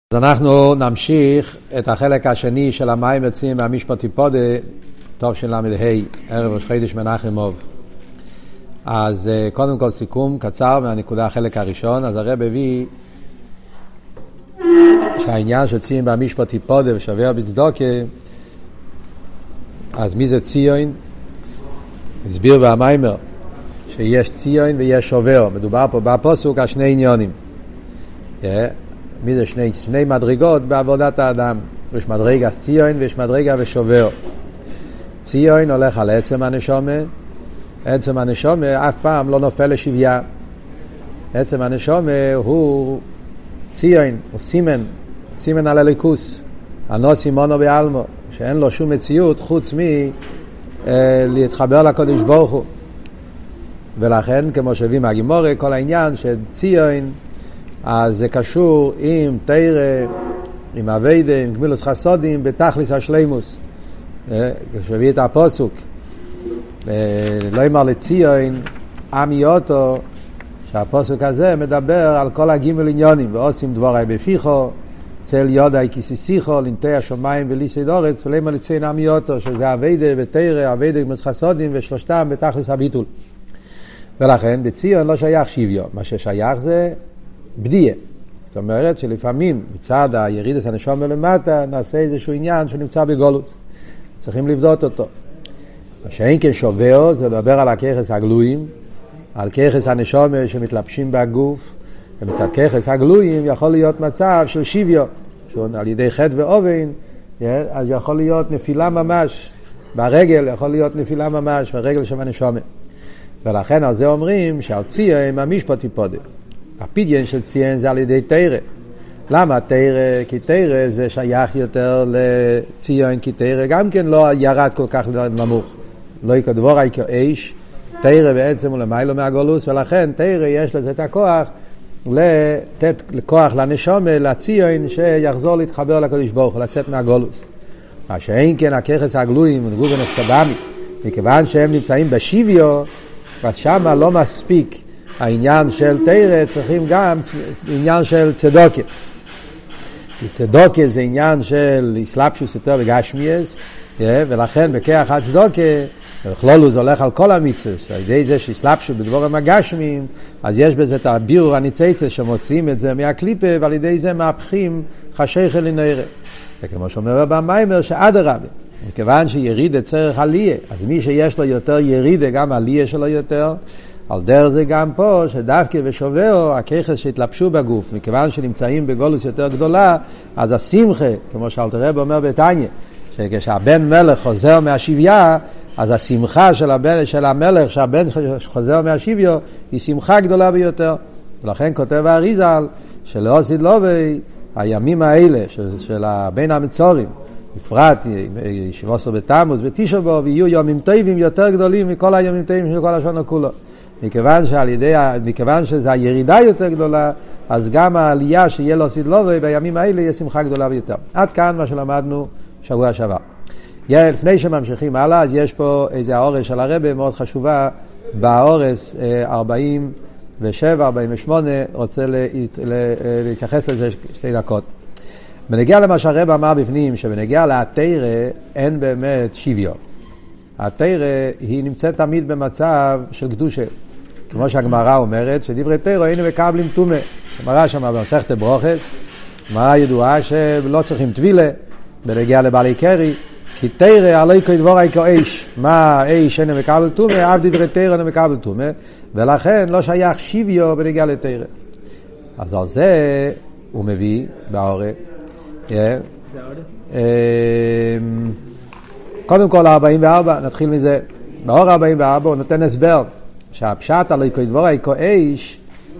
אז אנחנו נמשיך את החלק השני של המים יוצאים מהמשפט היפודה, טוב של למד ערב ראש חודש מנחם. אז קודם כל סיכום קצר מהנקודה החלק הראשון. אז הרב הביא שהעניין שציין במשפט היפודה ושווה בצדוקה, אז מי זה ציון? הסביר במיימר שיש ציון ויש שובר. מדובר פה בפסוק על שני עניונים. מי זה שני מדרגות בעבודת האדם? יש מדרגה ציון ויש מדרגה ושובר. ציון הולך על עצם הנשומה. עצם הנשומה אף פעם לא נופל לשוויה. עצם הנשומה הוא ציון, הוא סימן על הליכוס, הנו סימונו בעלמו, שאין לו שום מציאות חוץ להתחבר לקדוש ברוך הוא. ולכן כמו שהביא מהגימורה, כל העניין של ציון, אז זה קשור עם תורה, עם עבודה, עם גמילוס חסודים, בתכליס השלימוס. כשהביא את הפסוק, לא אמר לציון עמי אותו, שהפסוק הזה מדבר על כל הגימל עניונים, ועושים דבורי בפיחו, צל יודי כיסיסיחו, לנטי השומיים וליסי דורץ, ולא אמר לציון עמי אותו, שזה עבודה ותורה, עבודה גמילוס חסודים, ושלושתם בתכליס הביטול. ולכן בציון לא שייך שוויון, מה ששייך זה בדיה. זאת אומרת שלפעמים מצד הירידס הנשום למטה נעשה איזשהו עניין שנמצא בגולוס, צריכים לבדות אותו. מה שאין כן שובר זה לדבר על הכיחס הגלויים, על כיחס הנשום שמתלבשים בגוף, ומצד כיחס הגלויים יכול להיות מצב של שוויון, על ידי חטא ואובן, אז יכול להיות נפילה ממש ברגל, יכול להיות נפילה ממש ברגל של הנשום. ולכן על זה אומרים שהציון המשפט היפודה. הפדיון של ציון זה על ידי תורה. למה תורה? כי תורה זה שייך יותר לציון, כי תורה גם כן לא ירד כל כך נמוך. לא יקדבורי כאש, תורה בעצם הוא למיילו מהגולוס, ולכן תורה יש לזה את הכוח לתת כוח לנשומה, לציון, שיחזור להתחבר לקדוש ברוך הוא, לצאת מהגולוס. מה שאין כן הכיחס הגלויים ונגעו ונפסדמיס, מכיוון שהם נמצאים בשוויו, אז שמה לא מספיק העניין של תורה, צריכים גם עניין של צדוקה. כי צדוקה זה עניין של הסלבשוס יותר בגשמיאס, ולכן בכך הצדוקה, בכלולו זה הולך על כל המצוות, על ידי זה שהסלבשו בדבורים הגשמיים, אז יש בזה את הבירור הניצייצה שמוצאים את זה מהקליפה, ועל ידי זה מהפכים חשיך אלינוירה. וכמו שאומר במיימר שאדרבה, מכיוון שירידה צריך עלייה, אז מי שיש לו יותר ירידה, גם עלייה שלו יותר, על דרך זה גם פה, שדווקא ושובר, הכיחס שהתלבשו בגוף, מכיוון שנמצאים בגולוס יותר גדולה, אז השמחה, כמו שאלתר רבי אומר בתניא, שכשהבן מלך חוזר מהשוויה, אז השמחה של המלך, שהבן חוזר מהשוויה, היא שמחה גדולה ביותר. ולכן כותב האריז"ל, שלא עשית לו הימים האלה, של בין המצורים, בפרט שבעשר בתמוז ותשעה באב, ויהיו ימים טובים יותר גדולים מכל הימים טובים של כל השנה כולו. מכיוון שזה הירידה יותר גדולה, אז גם העלייה שיהיה לו סדלובי בימים האלה יהיה שמחה גדולה ביותר. עד כאן מה שלמדנו שבוע שעבר. לפני שממשיכים הלאה, אז יש פה איזה האורס של הרבי מאוד חשובה, באורס 47-48, רוצה להתייחס לזה שתי דקות. בנגיע למה שהרבי אמר בפנים, שבנגיע לתורה אין באמת שוויון. התורה היא נמצאת תמיד במצב של קדושה. כמו שהגמרא אומרת, שדברי תורה היינו מקבלים טומאה. הגמרא שם במסכת ברוכס, גמרא ידועה שלא צריכים טבילה, בנגיע לבעלי קרי, כי תורה עלי כדבורי כאש. מה אש היינו מקבל טומאה, אף דברי תורה היינו מקבל טומאה, ולכן לא שייך שוויון בנגיע לתורה. אז על זה הוא מביא באורס. קודם כל 44, נתחיל מזה. באור 44 הוא נותן הסבר שהפשט עלי כדבורי כאש,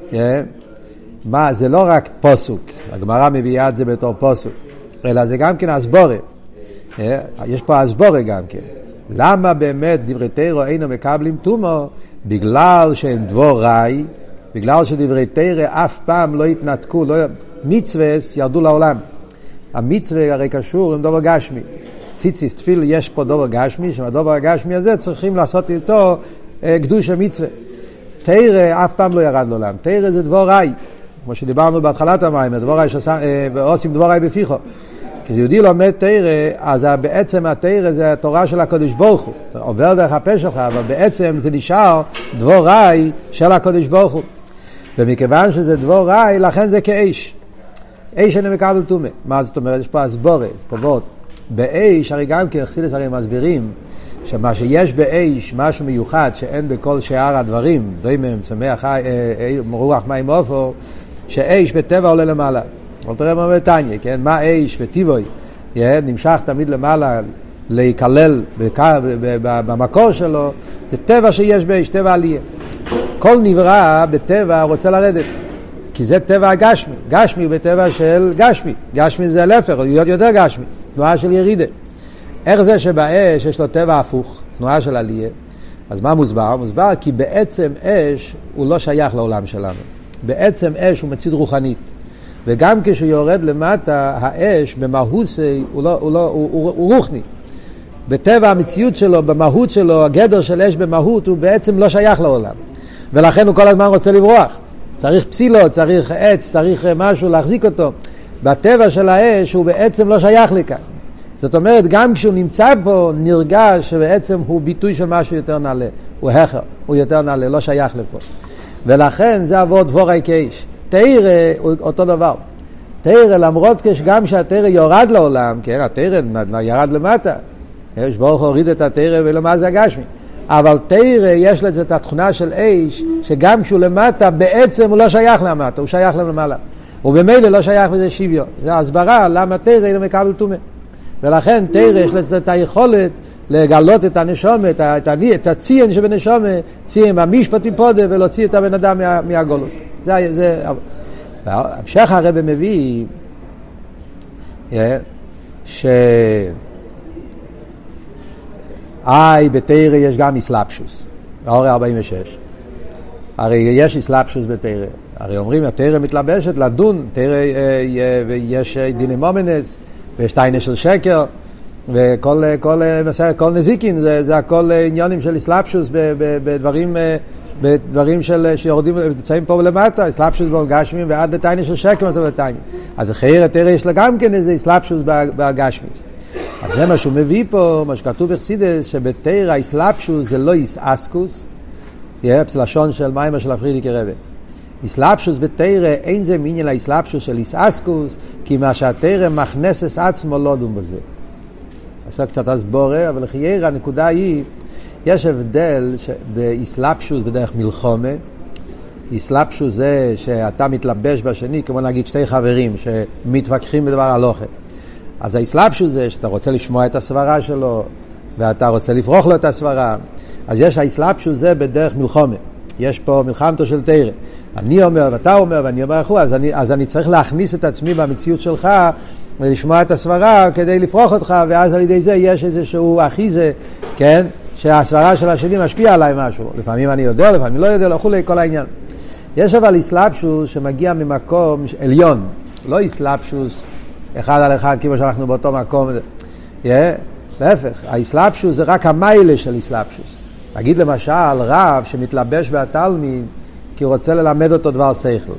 זה לא רק פסוק, הגמרא מביאה את זה בתור פסוק, אלא זה גם כן הסבורה. יש פה הסבורה גם כן. למה באמת דברי תורה אינו מקבלים טומאה? בגלל שהם דבורי, בגלל שדברי תורה אף פעם לא התנתקו, מצוות ירדו לעולם. המצווה הרי קשור עם דבר גשמי. ציציס תפיל יש פה דבר גשמי, שהדבר הגשמי הזה צריכים לעשות איתו קדוש המצווה. תורה אף פעם לא ירד לעולם. תורה זה דבורי. כמו שדיברנו בהתחלת המים, עושים דבוראי בפיחו. כשיהודי לומד תורה, אז בעצם התורה זה התורה של הקדוש ברוך הוא. זה עובר דרך הפה שלך, אבל בעצם זה נשאר דבוראי של הקדוש ברוך הוא. ומכיוון שזה דבוראי, לכן זה כאש. אש אני מקבל תומה. מה זאת אומרת? יש פה הסבורה, פה וורט. באש, הרי גם כחסידות הרי מסבירים, שמה שיש באש, משהו מיוחד שאין בכל שאר הדברים, דומם, צמח, רוח, מים, עופר, שאש בטבע עולה למעלה. אבל תראה מה בתניא, כן? מה אש בטבעי נמשך תמיד למעלה להיכלל במקור שלו, זה טבע שיש באש, טבע עלייה. כל נברא בטבע רוצה לרדת, כי זה טבע הגשמי. גשמי הוא בטבע של גשמי. גשמי זה להפך, להיות יותר גשמי, תנועה של ירידה. איך זה שבאש יש לו טבע הפוך, תנועה של עלייה? אז מה מוסבר? מוסבר כי בעצם אש הוא לא שייך לעולם שלנו. בעצם אש הוא מציאות רוחנית. וגם כשהוא יורד למטה, האש במהוסי הוא רוחני. בטבע המציאות שלו, במהות שלו, הגדר של אש במהות הוא בעצם לא שייך לעולם. ולכן הוא כל הזמן רוצה לברוח. צריך פסילות, צריך עץ, צריך משהו להחזיק אותו. בטבע של האש הוא בעצם לא שייך לכאן. זאת אומרת, גם כשהוא נמצא פה, נרגש שבעצם הוא ביטוי של משהו יותר נעלה. הוא החר, הוא יותר נעלה, לא שייך לפה. ולכן זה עבור דבוראי כאש. תורה הוא אותו דבר. תורה, למרות גם שהתורה יורד לעולם, כן, התורה ירד למטה. יש ברוך הוריד את התורה ולמה זה הגשמי. אבל תורה יש לזה את התכונה של אש, שגם כשהוא למטה, בעצם הוא לא שייך למטה, הוא שייך למעלה. ובמילא לא שייך בזה שוויון. זה הסברה למה תורה לא מקבל תומה. ולכן תורה יש לזה את היכולת לגלות את הנשומת, את הציין שבנשומת, ציין המשפטי פודה, ולהוציא את הבן אדם מהגולוס. זה המשך הרב מביא בתורה יש גם אסלאפשוס, באור 46. הרי יש אסלאפשוס בתורה. הרי אומרים, התורה מתלבשת לדון, תורה יש דיני מומנס, ויש תיינה של שקר, וכל נזיקין, זה הכל עניונים של אסלאפשוס בדברים שיורדים, נמצאים פה למטה, אסלאפשוס בגשמים, ועד לתיינה של שקר, אז אחרי התורה יש לה גם כן איזה אסלאפשוס בגשמים. אז זה מה שהוא מביא פה, מה שכתוב בחסידות, שבתורה האסלאפשוס זה לא איסאסקוס, לשון של מיימר של הפרידיקי רבי. איסלאפשוס בתורה אין זה מעניין לאיסלאפשוס של איסאסקוס, כי מה שהתורה מכנסס עצמו לא דום בזה. עשה קצת הסבורה, אבל חייר הנקודה היא, יש הבדל באיסלאפשוס בדרך מלחומה. איסלאפשוס זה שאתה מתלבש בשני, כמו נגיד שתי חברים שמתווכחים בדבר הלוכה. אז האסלאפשוס זה שאתה רוצה לשמוע את הסברה שלו, ואתה רוצה לפרוח לו את הסברה. אז יש האסלאפשוס זה בדרך מלחומה. יש פה מלחמתו של תורה. אני אומר ואתה אומר ואני אומר אחו, אז אני צריך להכניס את עצמי במציאות שלך, ולשמוע את הסברה כדי לפרוח אותך, ואז על ידי זה יש איזשהו אחיזה, כן? שהסברה של השני משפיע עליי משהו. לפעמים אני יודע, לפעמים לא יודע, לא חולי, כל העניין. יש אבל אסלאפשוס שמגיע ממקום עליון, לא אסלאפשוס אחד על אחד, כמו שאנחנו באותו מקום. להפך, האסלאפשוס זה רק המיילה של אסלאפשוס. נגיד למשל, רב שמתלבש בתלמיד, כי הוא רוצה ללמד אותו דבר שכל.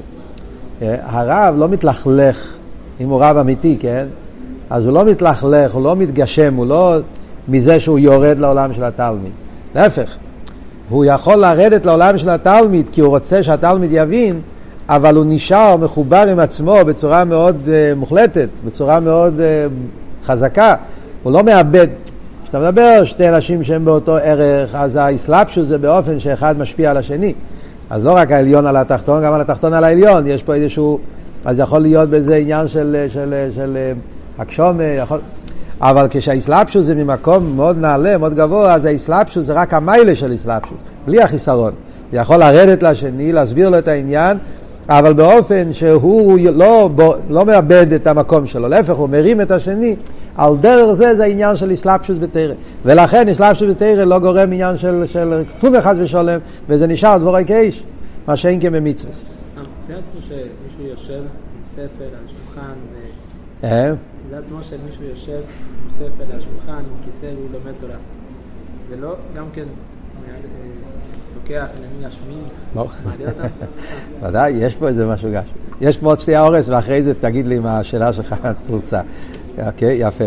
הרב לא מתלכלך, אם הוא רב אמיתי, כן? אז הוא לא מתלכלך, הוא לא מתגשם, הוא לא מזה שהוא יורד לעולם של התלמיד. להפך, הוא יכול לרדת לעולם של התלמיד, כי הוא רוצה שהתלמיד יבין, אבל הוא נשאר מחובר עם עצמו בצורה מאוד מוחלטת, בצורה מאוד חזקה. הוא לא מאבד. כשאתה מדבר שתי אנשים שהם באותו ערך, אז האסלאפשוס זה באופן שאחד משפיע על השני. אז לא רק העליון על התחתון, גם על התחתון על העליון. יש פה איזשהו, אז יכול להיות בזה עניין של הקשום, אבל כשהאסלאפשוס זה ממקום מאוד נעלה, מאוד גבוה, אז האסלאפשוס זה רק המיילה של אסלאפשוס, בלי החיסרון. זה יכול לרדת לשני, להסביר לו את העניין, אבל באופן שהוא לא מאבד את המקום שלו, להפך הוא מרים את השני. על דרך זה העניין של אסלאפשוס בתורה, ולכן אסלאפשוס בתורה לא גורם עניין של תומך חס ושלום, וזה נשאר דבוראי כאש, מה שאין כממצווה. זה עצמו שמישהו יושב עם ספר על שולחן, זה עצמו שמישהו יושב עם ספר על שולחן, עם כיסא והוא לומד תורה. זה לא גם כן לוקח למין השמין, לא. מעגל אותם. ודאי, יש פה איזה משהו גש. יש פה עוד שתי האורס, ואחרי זה תגיד לי מה השאלה שלך תרוצה. אוקיי, יפה.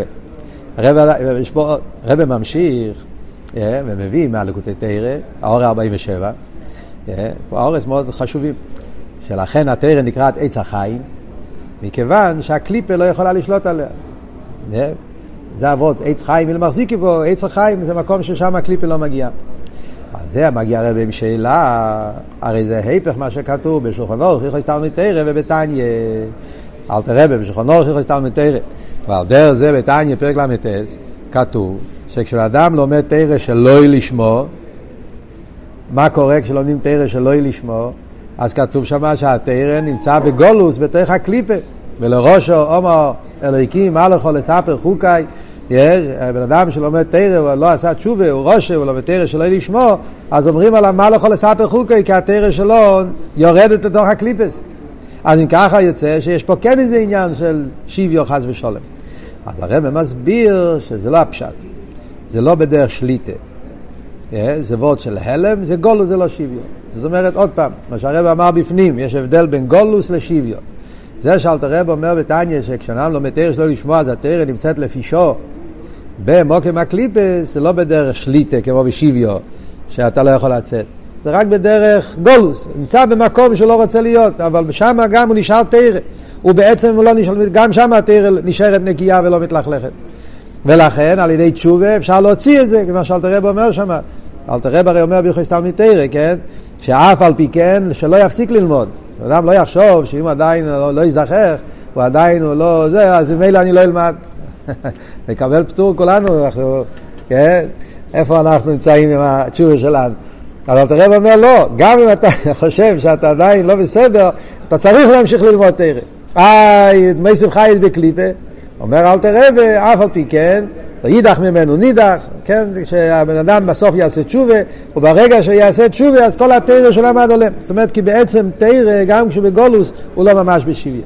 רבי ממשיך, ומביא מהליקוטי תורה, האור 47, פה האורס מאוד חשובים, שלכן התורה נקראת עץ החיים, מכיוון שהקליפה לא יכולה לשלוט עליה. זה אבות, עץ חיים, אם מחזיקי בו, עץ החיים זה מקום ששם הקליפה לא מגיע. אז זה מגיע רבי עם שאלה, הרי זה היפך מה שכתוב בשולחן אורך, יכול להסתלמוד תורה ובתניא, אל תראה בשולחן אורך יכול להסתלמוד תורה. ועל דרך זה בתניא פרק למתס, כתוב שכשאדם לומד תורה שלא לשמו, מה קורה כשלומדים תורה שלא לשמו? אז כתוב שמה שהתורה נמצא בגולוס בתוך הקליפה, ולראשו אומר אלוהיקים מה לכל לספר חוקי. בן אדם שלומד תורה הוא לא עשה תשובה, הוא ראשו, הוא לומד תורה שלא לשמו, אז אומרים עליו מה לכל לספר חוקי, כי התורה שלו יורדת לתוך הקליפס. אז אם ככה יוצא שיש פה כן איזה עניין של שוויון חס ושלום. אז הרב מסביר שזה לא הפשט, זה לא בדרך שליטה, זה וורד של הלם, זה גולוס, זה לא שוויון. זאת אומרת עוד פעם, מה שהרב אמר בפנים, יש הבדל בין גולוס לשוויון. זה שאלת הרב אומר בתניא שכשאדם לומד תורה שלא לשמוע, אז התורה נמצאת לפישו במוקם הקליפס, זה לא בדרך שליטה כמו בשוויון שאתה לא יכול לצאת, זה רק בדרך גולוס, נמצא במקום שלא רוצה להיות, אבל שם גם הוא נשאר תורה, הוא בעצם לא נשאר, גם שם התורה נשארת נקייה ולא מתלכלכת. ולכן על ידי תשובה אפשר להוציא את זה, כמו שאלת הרב אומר שם. אלת הרב הרי אומר בהלכות הסתלמוד תורה, כן? שאף על פי כן שלא יפסיק ללמוד. אדם לא יחשוב שאם עדיין לא יזדחך, הוא עדיין הוא לא זה, אז ממילא אני לא אלמד. נקבל פטור כולנו, כן? איפה אנחנו נמצאים עם התשובה שלנו? אבל אלת הרב אומר לא, גם אם אתה חושב שאתה עדיין לא בסדר, אתה צריך להמשיך ללמוד תורה. מייסב חייס בקליפה, אומר אלת הרב, אף על פי כן, יידח ממנו נידח, כן, שהבן אדם בסוף יעשה תשובה, וברגע שיעשה תשובה, אז כל התורה שלו עמד עולה. זאת אומרת, כי בעצם תורה, גם כשבגולוס, הוא לא ממש בשוויון.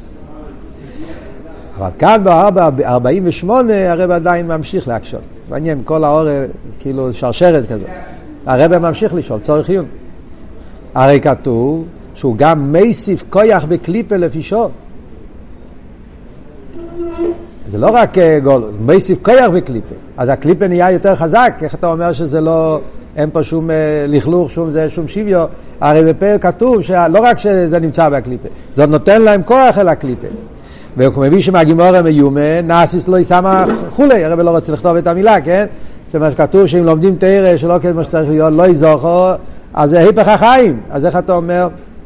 אבל כאן ב-48, הרב עדיין ממשיך להקשות. מעניין, כל האור, כאילו שרשרת כזאת. הרב ממשיך לשאול, צורך עיון. הרי כתוב שהוא גם מייסיף כוח בקליפה לפישו. זה לא רק גולוס, מייסיף כוח בקליפה. אז הקליפה נהיה יותר חזק. איך אתה אומר שזה לא, אין פה שום לכלוך, שום שוויון. הרי בפרק כתוב שלא רק שזה נמצא בקליפה, זה נותן להם כוח אל הקליפה. וכמו מביא שמהגימור המיומה, נאסיס לא ישמח חולי. הרב לא רוצה לכתוב את המילה, כן? שמה שכתוב שאם לומדים תורה שלא כמו שצריך להיות, לא יזוכו, אז זה היפך החיים. אז איך אתה אומר?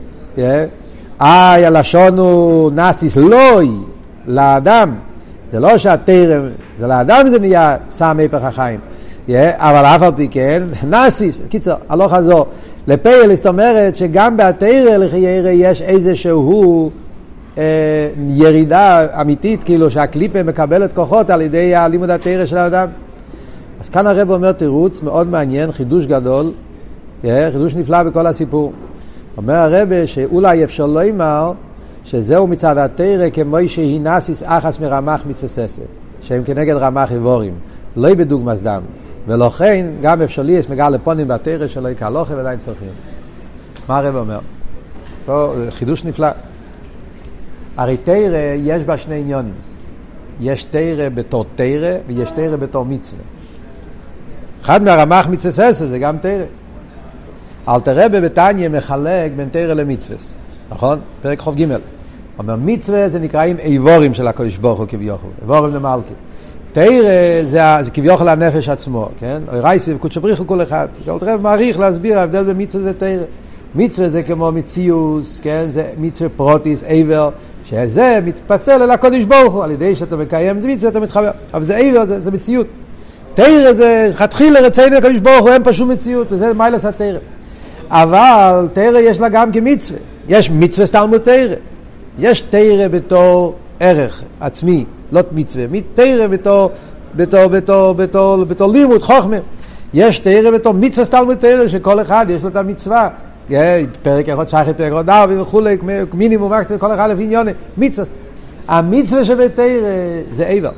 הלשון הוא נאסיס לוי, לאדם. זה לא שהתורה, זה לאדם זה נהיה שם היפך החיים. אבל אף על פי כן, נאסיס, קיצור, הלוך הזו, לפייל זאת אומרת שגם בתורה לחיירה יש איזשהו ירידה אמיתית, כאילו שהקליפה מקבלת כוחות על ידי הלימוד התורה של האדם. אז כאן הרב אומר תירוץ מאוד מעניין, חידוש גדול, חידוש נפלא בכל הסיפור. אומר הרב שאולי אפשר לא אמר שזהו מצד התורה כמו שהיא נאסיס אחס מרמח מצססה, שהם כנגד רמח איבורים, לא בדוגמס דם, ולכן גם אפשר לי יש מגע לפונים בתורה שלא יקלוכה ועדיין צריכים. מה הרב אומר? פה חידוש נפלא. הרי תורה יש בה שני עניונים, יש תורה בתור תורה ויש תורה בתור מצווה. אחד מהרמח מצססה זה גם תורה. אל תראה בתניא מחלק בין תורה למצווה, נכון? פרק חוב ג' אומר מצווה זה נקראים איבורים של הקדוש ברוך הוא כביכול, איבורים למלכי. תורה זה כביכול הנפש עצמו, כן? רייסי וקודש בריך הוא כל אחד. אל תראה מעריך להסביר ההבדל בין מצווה ותורה. מצווה זה כמו מציאוס, כן? זה מצווה פרוטיס, עבר, שזה מתפתל אל הקדוש ברוך הוא, על ידי שאתה מקיים, זה מצווה, אתה מתחבר. אבל זה עבר, זה מציאות. תורה זה חתחיל לרציין הקדוש ברוך הוא, אין פה שום מציאות, וזה מיילס התורה. אבל תורה יש לה גם כמצווה. יש מצווה סתלמוד תורה. יש תורה בתור ערך עצמי, לא מצווה. תורה בתור לימוד חוכמה. יש תורה בתור מצווה סתלמוד תורה, שכל אחד יש לו את המצווה. פרק אחד שייך, פרק אחד דאו וכולי, מינימום מקסימום, כל אחד לפי עניון. מצווה. המצווה שבתורה זה עבר.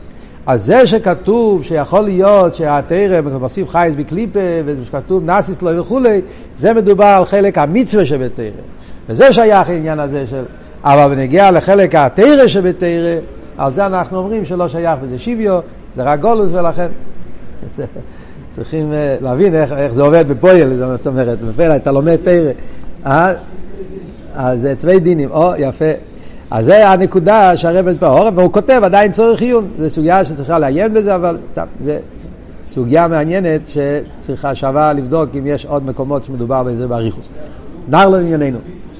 אז זה שכתוב שיכול להיות שהתורה מוסיף חייס בקליפה, ושכתוב נסיס לו וכולי, זה מדובר על חלק המצווה שבתורה. וזה שייך העניין הזה של... אבל בנגיע לחלק התורה שבתורה, על זה אנחנו אומרים שלא שייך בזה שיביו, זה רק גולוס, ולכן צריכים להבין איך זה עובד בפועל, זאת אומרת, בפועל אתה לומד תורה. אז זה צווי דינים, יפה. אז זה הנקודה שהרבן פה, והוא כותב עדיין צורך עיון, זה סוגיה שצריכה לעיין בזה, אבל סתם, זה סוגיה מעניינת שצריכה שווה לבדוק אם יש עוד מקומות שמדובר בזה באריכוס. נער לו ענייננו.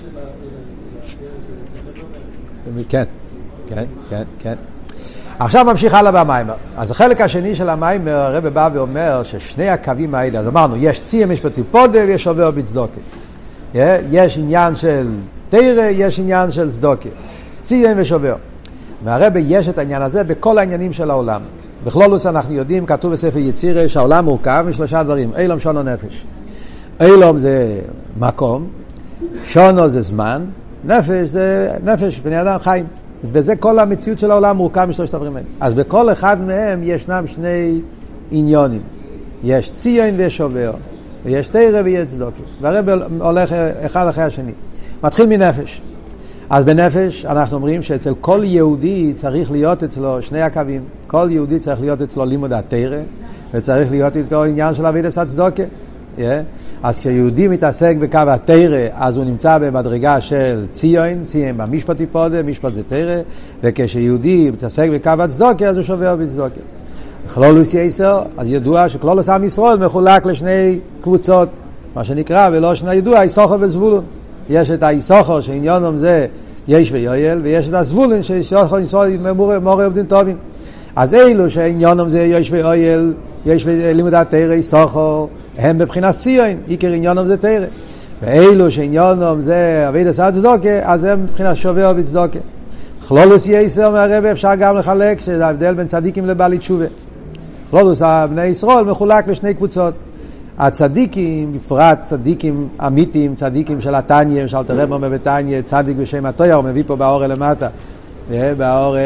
כן, כן, כן, כן. עכשיו ממשיך הלאה במיימר. אז החלק השני של המיימר, הרב בא ואומר ששני הקווים האלה, אז אמרנו, יש צייה משפטי פודל, יש שובר בצדוקה. יש עניין של תורה, יש עניין של צדוקה. צייה ושובר. והרב יש את העניין הזה בכל העניינים של העולם. בכלולוס אנחנו יודעים, כתוב בספר יצירה, שהעולם מורכב משלושה דברים. אילום, שונו, נפש. אילום זה מקום, שונו זה זמן, נפש זה נפש, בני אדם חיים. וזה כל המציאות של העולם מורכב משלושת הדברים האלה. אז בכל אחד מהם ישנם שני עניונים. יש ציין ויש שובר, ויש תורה ויש צדוקה. והרב הולך אחד אחרי השני. מתחיל מנפש. אז בנפש אנחנו אומרים שאצל כל יהודי צריך להיות אצלו שני הקווים. כל יהודי צריך להיות אצלו לימוד התורה, וצריך להיות אצלו עניין של עבודת הצדוקה. אז כשיהודי מתעסק בקו התורה, אז הוא נמצא במדרגה של ציון, ציון במשפט יפודה, משפט זה תורה, וכשיהודי מתעסק בקו הצדוקה, אז הוא שובר בצדוקה. כלולוס יסר, אז ידוע שכלולוס עם ישראל מחולק לשני קבוצות, מה שנקרא, ולא שני ידוע, איסוכר וזבולון. יש את האיסוכר שעניונם זה יש ויואל, ויש את הזבולון שאיסוכר ישראל מורה עובדים טובים. אז אלו שעניונם זה יש ויואל, יש לימוד התורה איסוכר, הם בבחינת ציון, עיקר עניונם זה תורה. ואלו שעניונם זה עבודת הצדוקה, אז הם בבחינת שובר בצדוקה. כלולוס יסר מהרב אפשר גם לחלק, שזה ההבדל בין צדיקים לבעלי תשובה. כלולוס בני ישראל מחולק לשני קבוצות. הצדיקים, בפרט צדיקים אמיתיים, צדיקים של התניא, של אלתר רב אומר בתניא, צדיק בשם התויה, הוא מביא פה באור למטה, באור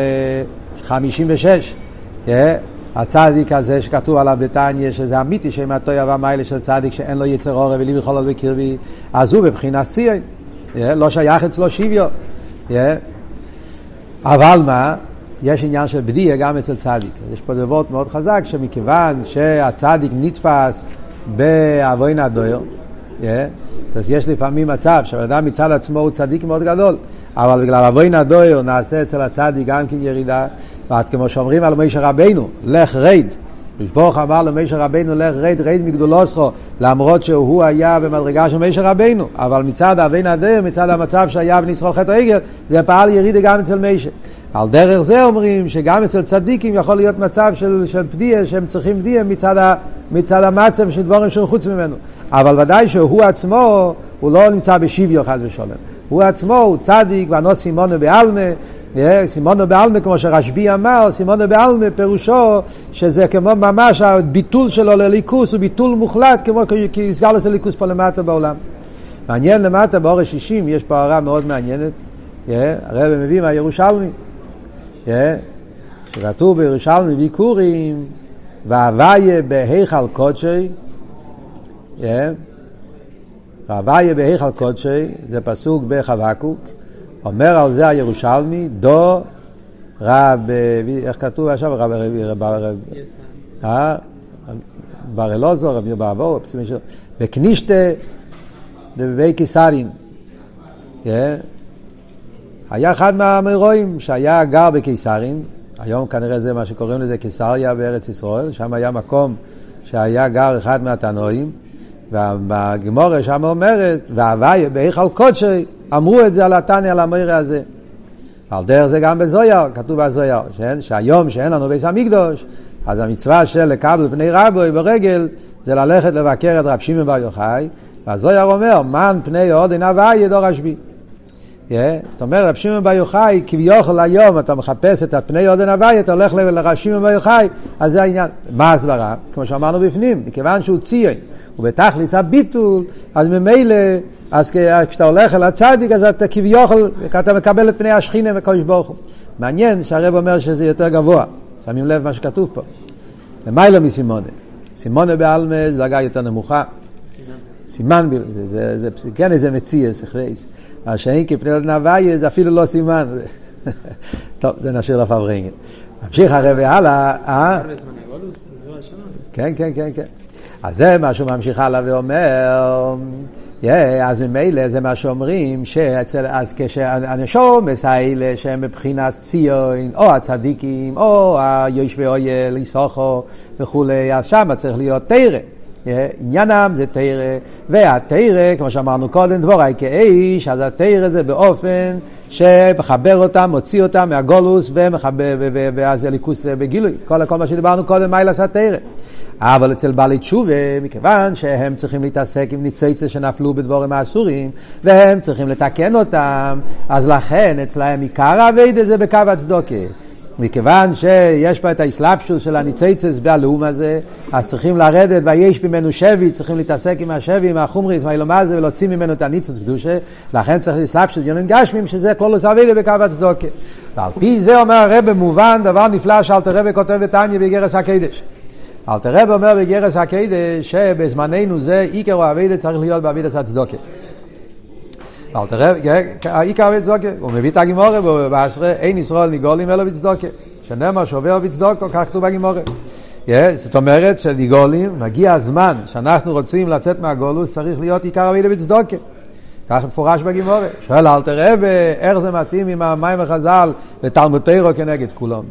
56. הצדיק הזה שכתוב עליו בתניא, שזה אמיתי שם התויה והמיילה של צדיק שאין לו יצר אור ולי בכל בקרבי, אז הוא בבחינת ציון, לא שייך אצלו שוויו. אבל מה? יש עניין של בדיה גם אצל צדיק. יש פה דבר מאוד חזק, שמכיוון שהצדיק נתפס בעוון הדויר, יש לפעמים מצב שהאדם מצד עצמו הוא צדיק מאוד גדול, אבל בגלל עוון הדויר נעשה אצל הצדיק גם כן ירידה, ועד כמו שאומרים על משה רבינו, לך רד. ברוך אמר למשה רבינו, לך רד מגדולוסך, למרות שהוא היה במדרגה של משה רבינו, אבל מצד עוון הדויר, מצד המצב שהיה בניסרול חטא העגל, זה פעל ירידה גם אצל משה. על דרך זה אומרים שגם אצל צדיקים יכול להיות מצב של פדיה, שהם צריכים פדיה מצד המצב של דברים שהם חוץ ממנו. אבל ודאי שהוא עצמו, הוא לא נמצא בשוויו חס ושלום. הוא עצמו, הוא צדיק, ואנו סימונו בעלמה, סימונו בעלמה כמו שרשב"י אמר, סימונו בעלמה פירושו שזה כמו ממש הביטול שלו לליכוס, הוא ביטול מוחלט כמו כסגל עושה ליכוס פה למטה בעולם. מעניין למטה באור 60, יש פה הערה מאוד מעניינת, הרב מביא מהירושלמי, שכתוב בירושלמי ביקורים, והוויה בהיכל קודשי, והוויה בהיכל קודשי, זה פסוק בחבקוק, אומר על זה הירושלמי, דו רב, איך כתוב עכשיו? בר אלעזר, רב ירבעבור, בקנישתה בבי קיסרין. היה אחד מהאמוראים שהיה גר בקיסרין, היום כנראה זה מה שקוראים לזה קיסריה בארץ ישראל, שם היה מקום שהיה גר אחד מהתנועים, והגמורה שם אומרת, והוויה בהיכל קודשי, אמרו את זה על התניא, על המורה הזה. על דרך זה גם בזויר, כתוב בזויר, שהיום שאין לנו בית המקדוש, אז המצווה של לקבל פני רבוי ברגל, זה ללכת לבקר את רב שמעון בר יוחאי, והזויר אומר, מן פני עודן הוויה דור רשב"י. זאת אומרת, רב שמעון בר יוחאי, כביכול היום אתה מחפש את הפני עודן הוויה, אתה הולך לרב שמעון בר יוחאי, אז זה העניין. מה הסברה? כמו שאמרנו בפנים, מכיוון שהוא ציון, ובתכלס הביטול, אז ממילא, אז כשאתה הולך אל הצדיק, אז אתה כביכול, אתה מקבל את פני השכינה וקדוש ברוך הוא. מעניין שהרב אומר שזה יותר גבוה. שמים לב מה שכתוב פה. למיילו מסימונה. סימונה בעלמה זה דרגה יותר נמוכה. סימן, זה כן איזה מציע, סחרייס. השאין כפני נוויה זה אפילו לא סימן. טוב, זה נשאיר לפברנגל. ממשיך הרבי הלאה. כן. אז זה מה שהוא ממשיך הלאה ואומר, אז ממילא זה מה שאומרים, אז כשהנשומס האלה שהם מבחינת ציון, או הצדיקים, או היושבי אויל, איסוכו וכולי, אז שם צריך להיות תירא. עניינם זה תירא, והתירא, כמו שאמרנו קודם, דבוראי כאיש, אז התירא זה באופן שמחבר אותם, מוציא אותם מהגולוס, ואז הליכוס בגילוי. כל מה שדיברנו קודם, מה לעשות תירא. אבל אצל בעלי תשובה, מכיוון שהם צריכים להתעסק עם ניצוצות שנפלו בדבורים האסורים, והם צריכים לתקן אותם, אז לכן אצלהם עיקר העבודה זה בקו הצדוקה. מכיוון שיש פה את האסלאפשוס של הניצוצות בהלאום הזה, אז צריכים לרדת ויש ממנו שבי, צריכים להתעסק עם השבי, עם החומריס, מהאילום הזה, ולהוציא ממנו את הניצוץ קדושה, לכן צריך אסלאפשוס יונן גשמים, שזה כלולוס עבודה בקו הצדוקה. ועל פי זה אומר הרב במובן, דבר נפלא שאלתר רבי כותב בתניא באיגרס הקודש. אלתר רבי אומר באיגרס הקודש שבזמננו זה עיקר העבודה צריך להיות בעבודת הצדוקה. אלתר רבי, עיקר עבודת הצדוקה, הוא מביא את הגמרא בעשרה, אין ישראל ניגולים אלא בצדוקה. שנאמר שעובר בצדוקה, כך כתוב בגמרא. זאת אומרת שניגולים, מגיע הזמן שאנחנו רוצים לצאת מהגולוס, צריך להיות עיקר עבודה בצדוקה. כך מפורש בגמרא. שואל אלתר רבי, איך זה מתאים עם המים החז"ל ותלמוד תורה כנגד כולם?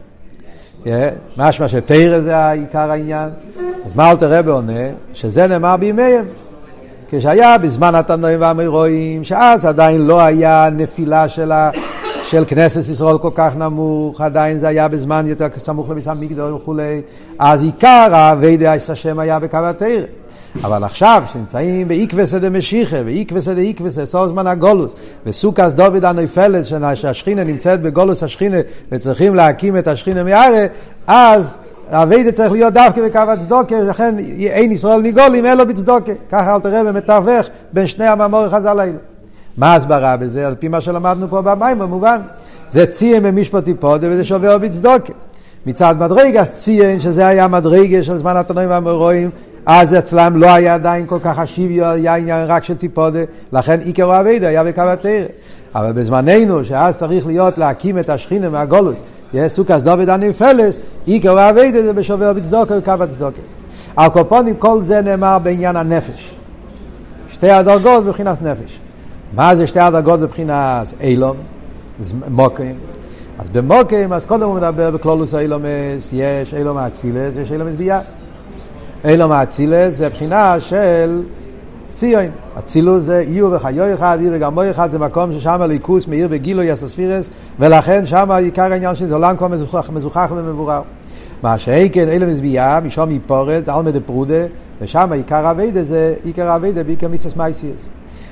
משמע שתירא זה העיקר העניין. אז מה אלתר רבי עונה? שזה נאמר בימיהם, כשהיה בזמן התנאים והאמוראים, שאז עדיין לא היה נפילה של כנסת ישראל כל כך נמוך, עדיין זה היה בזמן יותר סמוך לביס המקדש וכולי, אז עיקר העבודה השם היה בקו התירא. אבל עכשיו שנמצאים בעקבסא דמשיחא ועקבסא דעקבסא סוף זמן הגולוס וסוכת דוד הנופלת שהשכינה נמצאת בגולוס השכינה וצריכים להקים את השכינה מהרה, אז העבודה צריך להיות דווקא בקו הצדוקה, לכן אין ישראל ניגולים אלא בצדוקה. ככה אלתר רבי מתווך בין שני המאמרי חז"ל האלה. מה הסברה בזה? על פי מה שלמדנו פה במים במובן, זה ציין במשפט יפודה וזה שובר בצדוקה. מצד מדרגה ציין שזה היה מדרגה של זמן התנאים והאמוראים, אז אצלם לא היה עדיין כל כך חשיב, היה עניין רק של טיפודה, לכן עיקר העבודה היה בקו התירא. אבל בזמננו, שאז צריך להיות להקים את השכינה מהגולוס, סוכת דוד הנופלת, עיקר העבודה זה בשובר בצדוקה ובקו הצדוקה. על כל פנים, כל זה נאמר בעניין הנפש. שתי הדרגות בבחינת נפש. מה זה שתי הדרגות בבחינת אילום? מוקים. אז במוקים, אז קודם הוא מדבר בכלולוס האילומס, יש אילום האצילס, יש אילום ביאה. אילום האצילס זה בחינה של ציון. אצילוס זה עיר וחיו אחד, עיר וגמו אחד, זה מקום ששם הליכוס מאיר בגילו יסספירס, ולכן שם עיקר העניין של עולם כבר מזוכח ומבורר. מה שאין אילום ביאה, משום יפורץ, אלמא דפרודה, ושם עיקר העבודה זה עיקר העבודה בעיקר מצווה מייסיאס.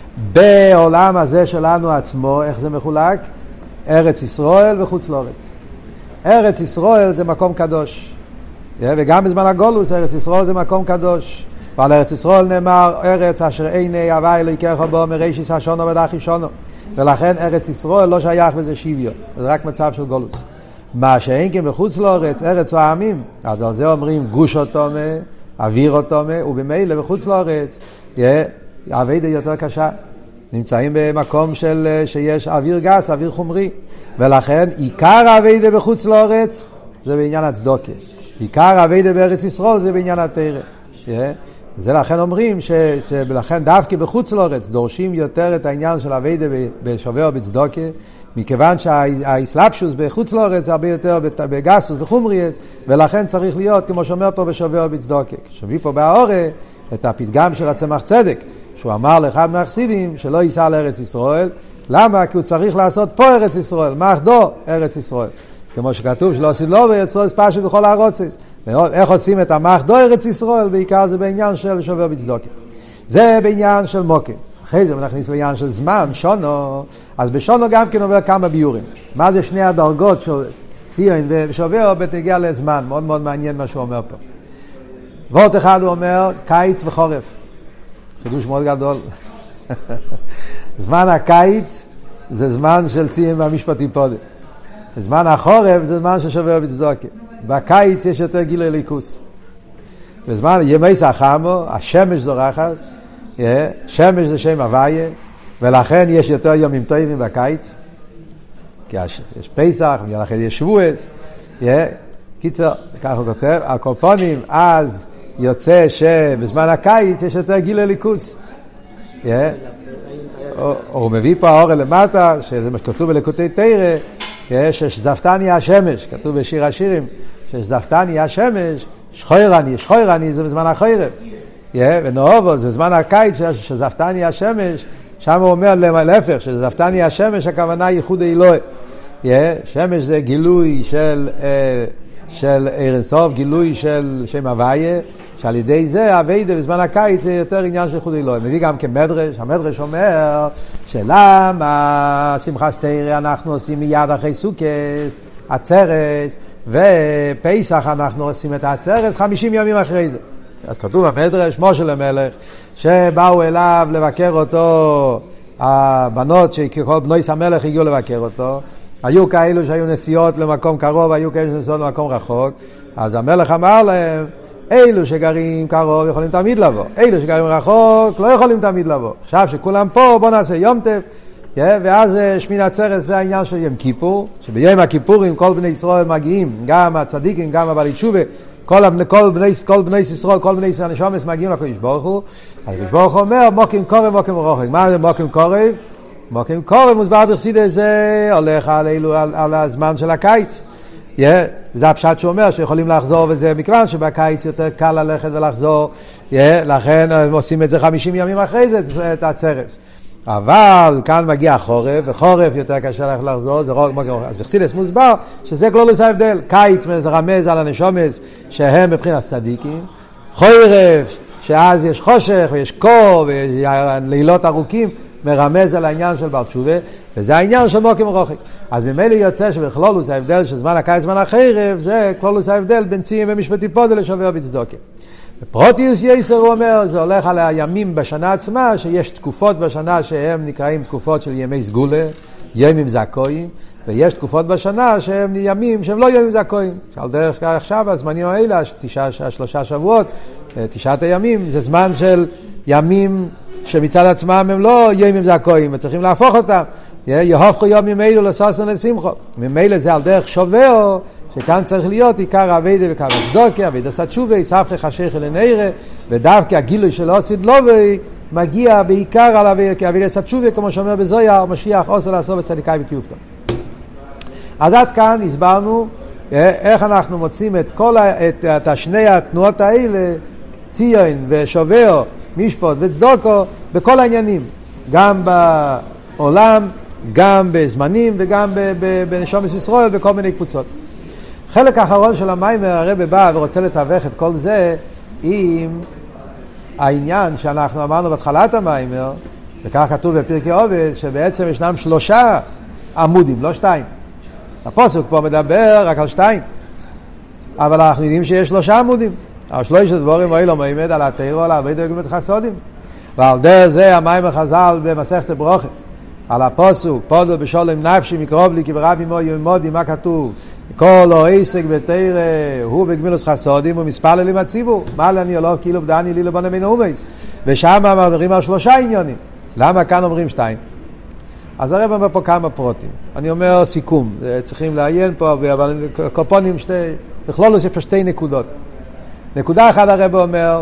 בעולם הזה שלנו עצמו, איך זה מחולק? ארץ ישראל וחוץ לארץ. ארץ ישראל זה מקום קדוש. וגם בזמן הגולוס ארץ ישראל זה מקום קדוש. ועל ארץ ישראל נאמר ארץ אשר עיני הווי אלוהיך בו מראשית השונו ועד אחרישונו. ולכן ארץ ישראל לא שייך בזה שוויון. זה רק מצב של גולוס. מה שאין כן בחוץ לארץ, ארץ העמים, אז על זה אומרים גוש אותומה, אוויר אותומה, ובמילא בחוץ לארץ העבודה יותר קשה. נמצאים במקום שיש אוויר גס, אוויר חומרי. ולכן עיקר העבודה בחוץ לארץ זה בעניין הצדוקה. עיקר העבודה בארץ ישראל זה בעניין התורה. זה לכן אומרים שלכן דווקא בחוץ לארץ דורשים יותר את העניין של העבודה בשובר בצדוקה, מכיוון שהאסלאפשוס בחוץ לארץ זה הרבה יותר בגסוס וחומריאס, ולכן צריך להיות כמו שאומר פה בשובר בצדוקה. כשביא פה באורה את הפתגם של הצמח צדק, שהוא אמר לאחד מהחסידים שלא ייסע לארץ ישראל. למה? כי הוא צריך לעשות פה ארץ ישראל, מאחדו ארץ ישראל. כמו שכתוב שלא עושים לו בארץ ישראל פשוט בכל הארצות. איך עושים את המאחדו ארץ ישראל? בעיקר זה בעניין של שובר בצדוקה. זה בעניין של מוקר. אחרי זה נכניס לעניין של זמן, שונו. אז בשונו גם כן עובר כמה ביורים. מה זה שני הדרגות של ציון ושובר בתגיע לזמן? מאוד מאוד מעניין מה שהוא אומר פה. וורט אחד הוא אומר קיץ וחורף. חידוש מאוד גדול. זמן הקיץ זה זמן של ציון והמשפט יפודה. זמן החורף זה זמן של שובר בצדוקה. בקיץ יש יותר גילוי ליכוס. בזמן ימי סחמו, השמש זורחת, שמש זה שם הוויה, ולכן יש יותר ימים טובים בקיץ, כי יש פסח, ולכן יש שבועס, קיצר, כך הוא כותב, הקופונים, אז יוצא שבזמן הקיץ יש יותר גילוי ליכוס. הוא מביא פה האור למטה, שזה מה שכתוב בליקוטי תורה, שזפתני השמש, כתוב בשיר השירים, שזפתני השמש, שחוירני זה בזמן החורף. ונאובו זה בזמן הקיץ, שזפתני השמש, שם הוא אומר להפך, שזפתני השמש, הכוונה ייחוד אלוהי. שמש זה גילוי של אירנסוף, גילוי של שם הוויה, שעל ידי זה הווידה בזמן הקיץ זה יותר עניין של ייחוד אלוהי. מביא גם כמדרש, המדרש אומר שלמה שמחת תורה אנחנו עושים מיד אחרי סוכות, עצרת, ופסח אנחנו עושים את העצרת 50 ימים אחרי זה. אז כתוב במדרש, משה המלך, שבאו אליו לבקר אותו, הבנות שכל בני המלך הגיעו לבקר אותו, היו כאלו שהיו נסיעות למקום קרוב, היו כאלו שנסיעות למקום רחוק, אז המלך אמר להם, אלו שגרים קרוב יכולים תמיד לבוא, אלו שגרים רחוק לא יכולים תמיד לבוא. עכשיו שכולם פה, בוא נעשה יום טף, ואז שמין עצרת זה העניין של יום כיפור, שביום הכיפורים כל בני ישראל מגיעים, גם הצדיקים, גם הבעלי תשובה, כל בני ישראל, כל בני ישראל הנשומס מגיעים לקדוש ברוך הוא. אז הקדוש ברוך הוא אומר, מוקים קורב, מוקים רוחק. מה זה מוקים קורב? מוקים קורב מוסבר בחסידות זה הולך על הזמן של הקיץ. זה הפשט שאומר שיכולים לחזור, וזה מכיוון שבקיץ יותר קל ללכת ולחזור, לכן עושים את זה 50 ימים אחרי זה, את העצרת. אבל כאן מגיע החורף, וחורף יותר קשה לך לחזור, זה רוק מוקים רוחק. אז בחסידות מוסבר שזה כלולוס ההבדל. קיץ זה רמז על הנשומות שהם מבחינת צדיקים, חורף שאז יש חושך ויש קור ולילות ארוכים, מרמז על העניין של בר תשובה, וזה העניין של מוקים רוחק. אז ממילא יוצא שבכלולוס ההבדל של זמן הקיץ זמן החורף, זה כלולוס ההבדל בין ציון ומשפטי פודל לשובר בצדוקה. בפרוטיוס יסר הוא אומר, זה הולך על הימים בשנה עצמה, שיש תקופות בשנה שהם נקראים תקופות של ימי סגולה, ימים זכויים, ויש תקופות בשנה שהם ימים שהם לא ימים זכויים. על דרך כך עכשיו, הזמנים האלה, 3 שבועות, 9 הימים, זה זמן של ימים שמצד עצמם הם לא ימים זכויים, וצריכים להפוך אותם. יהופכו ימים אלו לששון לשמחו. ממילא זה על דרך שובר, שכאן צריך להיות עיקר הווידה וכמה צדוקה, הווידה סתשובה, סבכי חשיך לנעירה, ודווקא הגילוי של עושית לובי מגיע בעיקר על הווידה סתשובה, כמו שאומר בזויה, משיח עושה לעשות בצדיקאי וקיופתו. אז עד כאן הסברנו איך אנחנו מוצאים את שני התנועות האלה, ציון ושובר, משפט וצדוקו, בכל העניינים, גם בעולם, גם בזמנים וגם בנשומות ישראל, בכל מיני קבוצות. חלק האחרון של המיימר, הרב בא ורוצה לתווך את כל זה עם העניין שאנחנו אמרנו בתחילת המיימר, וכך כתוב בפרקי עובד, שבעצם ישנם 3 עמודים, לא 2. הפסוק פה מדבר רק על 2, אבל אנחנו יודעים שיש 3 עמודים. אבל 3 דברים האלו מעימד על התורה, על העבודה וגמילות חסדים. ועל דרך זה המיימר חז"ל במסכת ברוכס, על הפסוק, פודו בשולם נפשי מקרוב לי כי ברבי מוי ימודי, מה כתוב? כל העסק בתורה הוא בגמילות חסדים ומספלל עם הציבור. מה אני אלוה כאילו בדני לי לבונה מן האומייס. ושם מדברים על 3 עניונים. למה כאן אומרים 2? אז הרב אומר פה כמה פרוטים. אני אומר סיכום, צריכים לעיין פה, אבל קופונים בכלולוס יש פה 2 נקודות. נקודה אחת הרב אומר,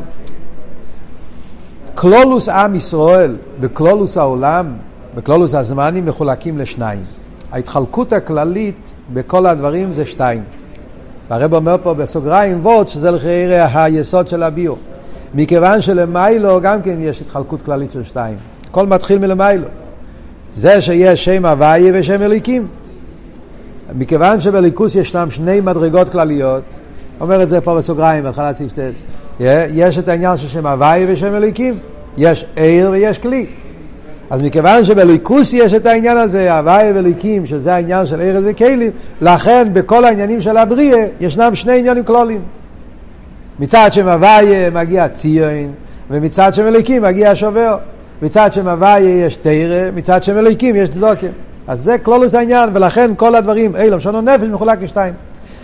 כלולוס עם ישראל בכלולוס העולם, בכלולוס הזמנים מחולקים ל2. ההתחלקות הכללית בכל הדברים זה 2. והרב אומר פה בסוגריים ווד שזה לכאורה היסוד של הביור. מכיוון שלמיילו גם כן יש התחלקות כללית של 2. הכל מתחיל מלמיילו. זה שיש שם הוויה ושם אלוקים. מכיוון שבליכוס ישנם 2 מדרגות כלליות, אומר את זה פה בסוגריים, בהתחלת סעיף ט', יש את העניין של שם הוויה ושם אלוקים. יש עיר ויש כלי. אז מכיוון שבליכוס יש את העניין הזה, הוויה ואלוקים, שזה העניין של עיר וכלים, לכן בכל העניינים של הבריאה ישנם 2 עניינים כלליים. מצד שם הוויה מגיע ציון, ומצד שם אלוקים מגיע שובר. מצד שם הוויה יש תורה, מצד שם אלוקים יש צדוקה. אז זה כלולוס העניין, ולכן כל הדברים, למשון נפש מחולק ל2.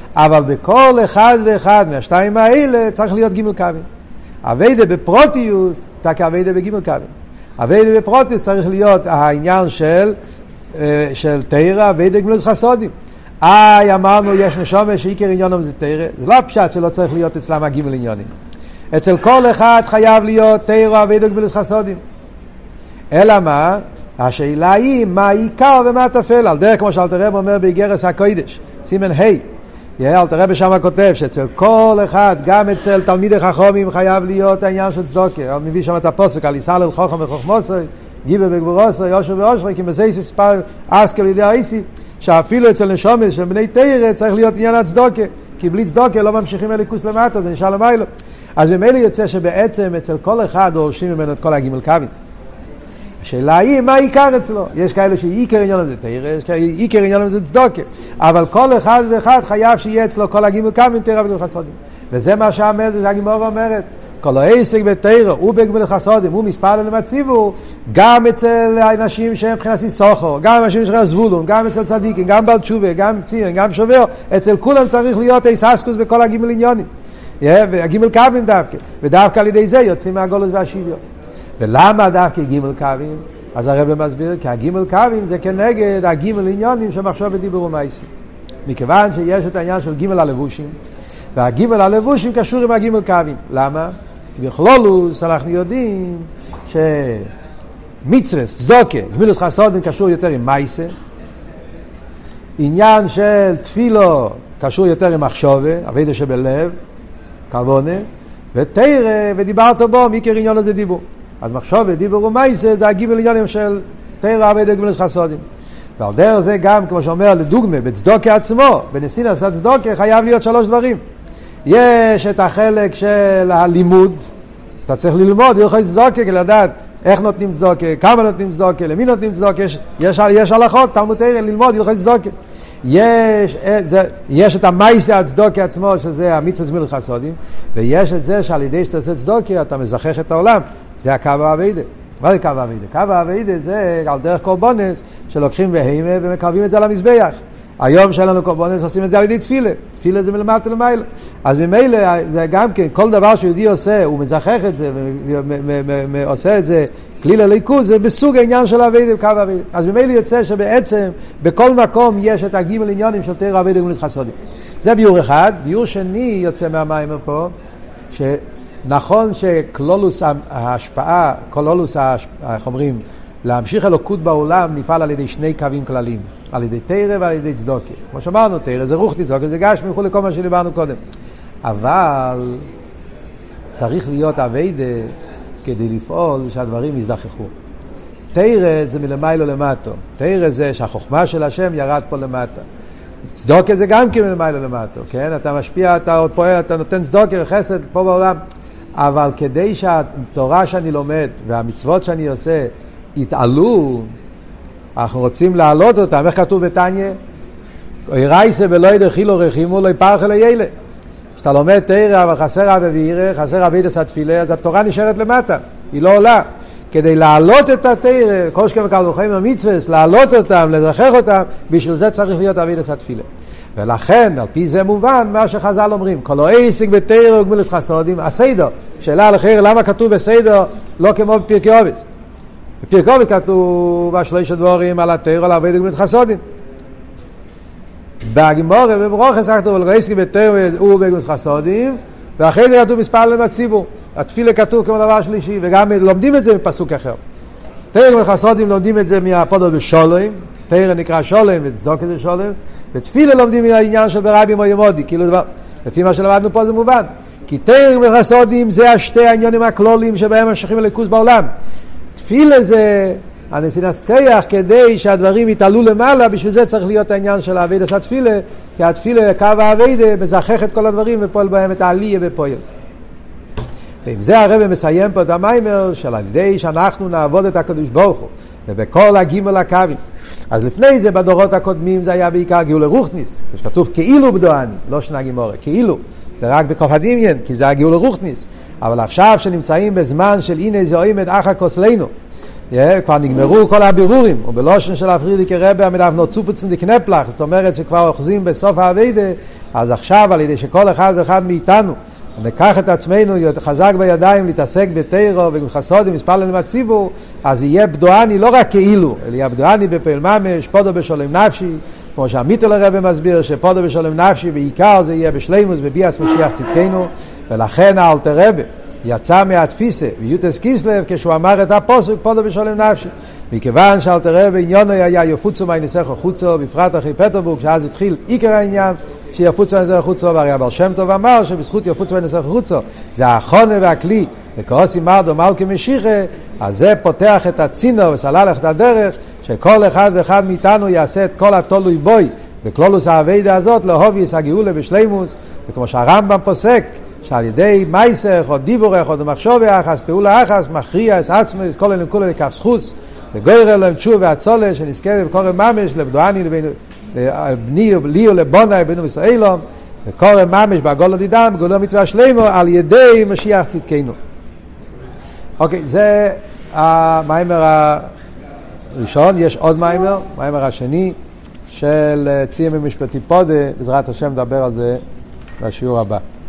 אבל בכל אחד ואחד מהשתיים האלה צריך להיות ג' קווים. עבודה בפרוטיוס, תקע עבודה בג' קווים. עבודה בפרוטיוס צריך להיות העניין של תורה, עבודה גמילות חסודים. אמרנו יש נשמה שעיקר עניינם זה תורה, זה לא פשט שלא צריך להיות אצלם הגימל עניונים. אצל כל אחד חייב להיות תורה, עבודה גמילות חסודים. אלא מה? השאלה היא מה העיקר ומה הטפל. על דרך כמו שאלתר רב אומר באיגרס הקודש, סימן ה' אלתר רב שם כותב שאצל כל אחד, גם אצל תלמידי חכמים חייב להיות העניין של צדוקה. הוא מביא שם את הפסוק על יסל אל חוכם וחוכמוסי, גיבר בגבורוסי, יושר ואושרי, כי מזייס ספר אסקל לידי האיסי, שאפילו אצל נשומס של בני תורה צריך להיות עניין הצדוקה, כי בלי צדוקה לא ממשיכים אליקוס למטה, זה נשאר למיילו. אז במילא יוצא שבעצם אצל כל אחד דורשים ממנו את כל הגימל קווים. השאלה היא מה העיקר אצלו. יש כאלה שעיקר עניין זה תורה, יש כאלה שעיקר עניין זה צדוקה, אבל כל אחד ואחד חייב שיהיה אצלו כל הגימל קווים תורה וגמילות חסודים. וזה מה שהגמרא אומרת, כל העסק בתורה ובגמילות חסודים הוא מספר למציבו, גם אצל האנשים שהם מבחינת סוחר, גם אנשים של זבולון, גם אצל צדיקים, גם בעל תשובה, גם ציון, גם שובר, אצל כולם צריך להיות איססקוס בכל הגימל עניונים. והגימל קווים דווקא, ודווקא על ידי זה יוצאים מהגולוס והשוויון. ולמה דווקא גימל קווים? אז הרב מסביר, כי הגימל קווים זה כנגד הגימל עניונים שמחשוב בדיבור ומעשים. מכיוון שיש את העניין של גימל הלבושים, והגימל הלבושים קשור עם הגימל קווים. למה? כי בכלולוס אנחנו יודעים שמצרס, צדוקה, גמילות חסודים קשור יותר עם מעשה. עניין של תפילו קשור יותר עם מחשבה, עבודה שבלב, כוונה, ותורה ודיברת בו, מעיקר עניין הזה דיבור. אז מחשבה, דיבור ומעשה זה הגימל עניונים של תורה עבודה גמילות חסודים. ועל דרך זה גם, כמו שאומר לדוגמה, בצדוקה עצמו, בנסינס הצדוקה חייב להיות 3 דברים. יש את החלק של הלימוד, אתה צריך ללמוד, הלכות צדוקה, כדי לדעת איך נותנים צדוקה, כמה נותנים צדוקה, למי נותנים צדוקה, יש הלכות, תלמוד תורה, ללמוד, הלכות צדוקה. יש את המעשה הצדוקה עצמו, שזה המצוות גמילות חסודים, ויש את זה שעל ידי שאתה עושה צדוקה, אתה מזכח את העולם, זה הקו העבודה. מה זה קו העבודה? קו העבודה זה על דרך קורבנס, שלוקחים בהמה ומקרבים את זה על המזבח. היום שלנו קורבנס עושים את זה על ידי תפילה. תפילה זה מלמטה למעלה. אז ממילא זה גם כן, כל דבר שיהודי עושה, הוא מזכח את זה, ועושה את זה כליל הליכוז, זה בסוג העניין של העבודה וקו העבודה. אז ממילא יוצא שבעצם בכל מקום יש את הגימל עניונים של תורה עבודה גמילות חסודים. זה ביור אחד. ביור שני יוצא מהמיימר פה, נכון שקלולוס ההשפעה, קלולוס, איך אומרים, להמשיך אלוקות בעולם נפעל על ידי 2 קווים כלליים, על ידי תורה ועל ידי צדוקה. כמו שאמרנו, תורה זה רוחני, צדוקה זה גשמי, וכו' לכל מה שדיברנו קודם. אבל צריך להיות עבודה כדי לפעול שהדברים יזדחכו. תורה זה מלמיילו למטה. תורה זה שהחוכמה של השם ירד פה למטה. צדוקה זה גם כן מלמיילו למטה, כן? אתה משפיע, אתה פועל, אתה נותן צדוקה וחסד פה בעולם. אבל כדי שהתורה שאני לומד והמצוות שאני עושה יתעלו, אנחנו רוצים להעלות אותם. איך כתוב בתניא? רייסה ולא ידחילו רחימו לא יפרח אלה ילה. כשאתה לומד תורה אבל חסר אבא וירא, חסר אבידס התפילה, אז התורה נשארת למטה, היא לא עולה. כדי להעלות את התורה, כל שכם וקל וחיים המצווס, להעלות אותם, לזכר אותם, בשביל זה צריך להיות אבידס התפילה. ולכן, על פי זה מובן, מה שחז"ל אומרים, כל העסק בתורה וגמילות חסודים, הסדר, שאלה על אחר, למה כתוב בסדר לא כמו בפרקי אובס? בפרקי אובס כתוב בשלושה דברים על התורה, על עבודה גמילות חסודים. בגמרא ובברוכס כתוב על העסק בתורה וגמילות חסודים, ואחרי זה כתוב מספר לציבור. התפילה כתוב כמו דבר שלישי, וגם לומדים את זה בפסוק אחר. תורה וגמילות חסודים לומדים את זה מהפודו בשולם, תורה נקרא שולם וצדוקה זה שולם, בתפילה לומדים מהעניין של ברבי מוימודי, כאילו דבר, לפי מה שלמדנו פה זה מובן. כי תורה וגמילות חסודים זה 2 העניינים הכלוליים שבהם ממשיכים הליכוז בעולם. תפילה זה הנתינת כוח כדי שהדברים יתעלו למעלה, בשביל זה צריך להיות העניין של עבודת התפילה, כי התפילה קו העבודה מזכך את כל הדברים ופועל בהם את העלייה בפועל. ועם זה הרב מסיים פה את המיימר של על ידי שאנחנו נעבוד את הקדוש ברוך הוא ובכל הגימל הקווים. אז לפני זה בדורות הקודמים זה היה בעיקר גאולה רוחניס, כשכתוב כאילו בדואני, לא שנה גימורה, כאילו זה רק בכוף הדמיין, כי זה הגאולה רוחניס. אבל עכשיו שנמצאים בזמן של הנה זה עומד אחר כוסלנו, כבר נגמרו כל הבירורים, ובלושן של הפרידיקי רבי המדף נוצופוצן דקנפלח, זאת אומרת שכבר אוחזים בסוף העבודה אז עכשיו על ידי שכל אחד ואחד מאיתנו ניקח את עצמנו חזק בידיים להתעסק בתורה ובחסודים מספלל עם הציבור, אז יהיה בדואני לא רק כאילו, אלא יהיה בדואני בפעיל ממש, פודו בשולם נפשי, כמו שהמיטל הרב מסביר שפודו בשולם נפשי בעיקר זה יהיה בשלימוס בביאס משיח צדקנו. ולכן האלטר רב יצא מהתפיסה ויוטס קיסלב כשהוא אמר את הפוסק פודו בשולם נפשי, מכיוון שאלטר רב עניונו היה יפוצו מהניסחו חוצו, בפרט אחרי פטרבורג שאז התחיל עיקר העניין שיפוצו מהניסחו חוצו, והרי הבעל שם טוב אמר שבזכות יפוצו מהניסחו חוצו זה החונה והכלי וכעוסי מרדו מלכי משיחה, אז זה פותח את הצינו וסלל את הדרך שכל אחד ואחד מאיתנו יעשה את כל התולוי בוי בכלולוס העבודה הזאת להוביס הגאולה בשלימוס, וכמו שהרמב"ם פוסק שעל ידי מייסך או דיבורך או מחשוב יחס פעולה יחס מכריע את עצמו את כל כולו לכף זכוס וגויר אלוהים תשוב והצולה שנזכה בקורא ממש לבדואני לבני לי ולבונה בינו וישראלום וקורא ממש בעגול הדידם בגולו מצווה שלמו על ידי משיח צדקנו. אוקיי, זה המיימר הראשון. יש עוד מיימר, מיימר השני של צייה ממשפטי פודה, בעזרת השם נדבר על זה בשיעור הבא.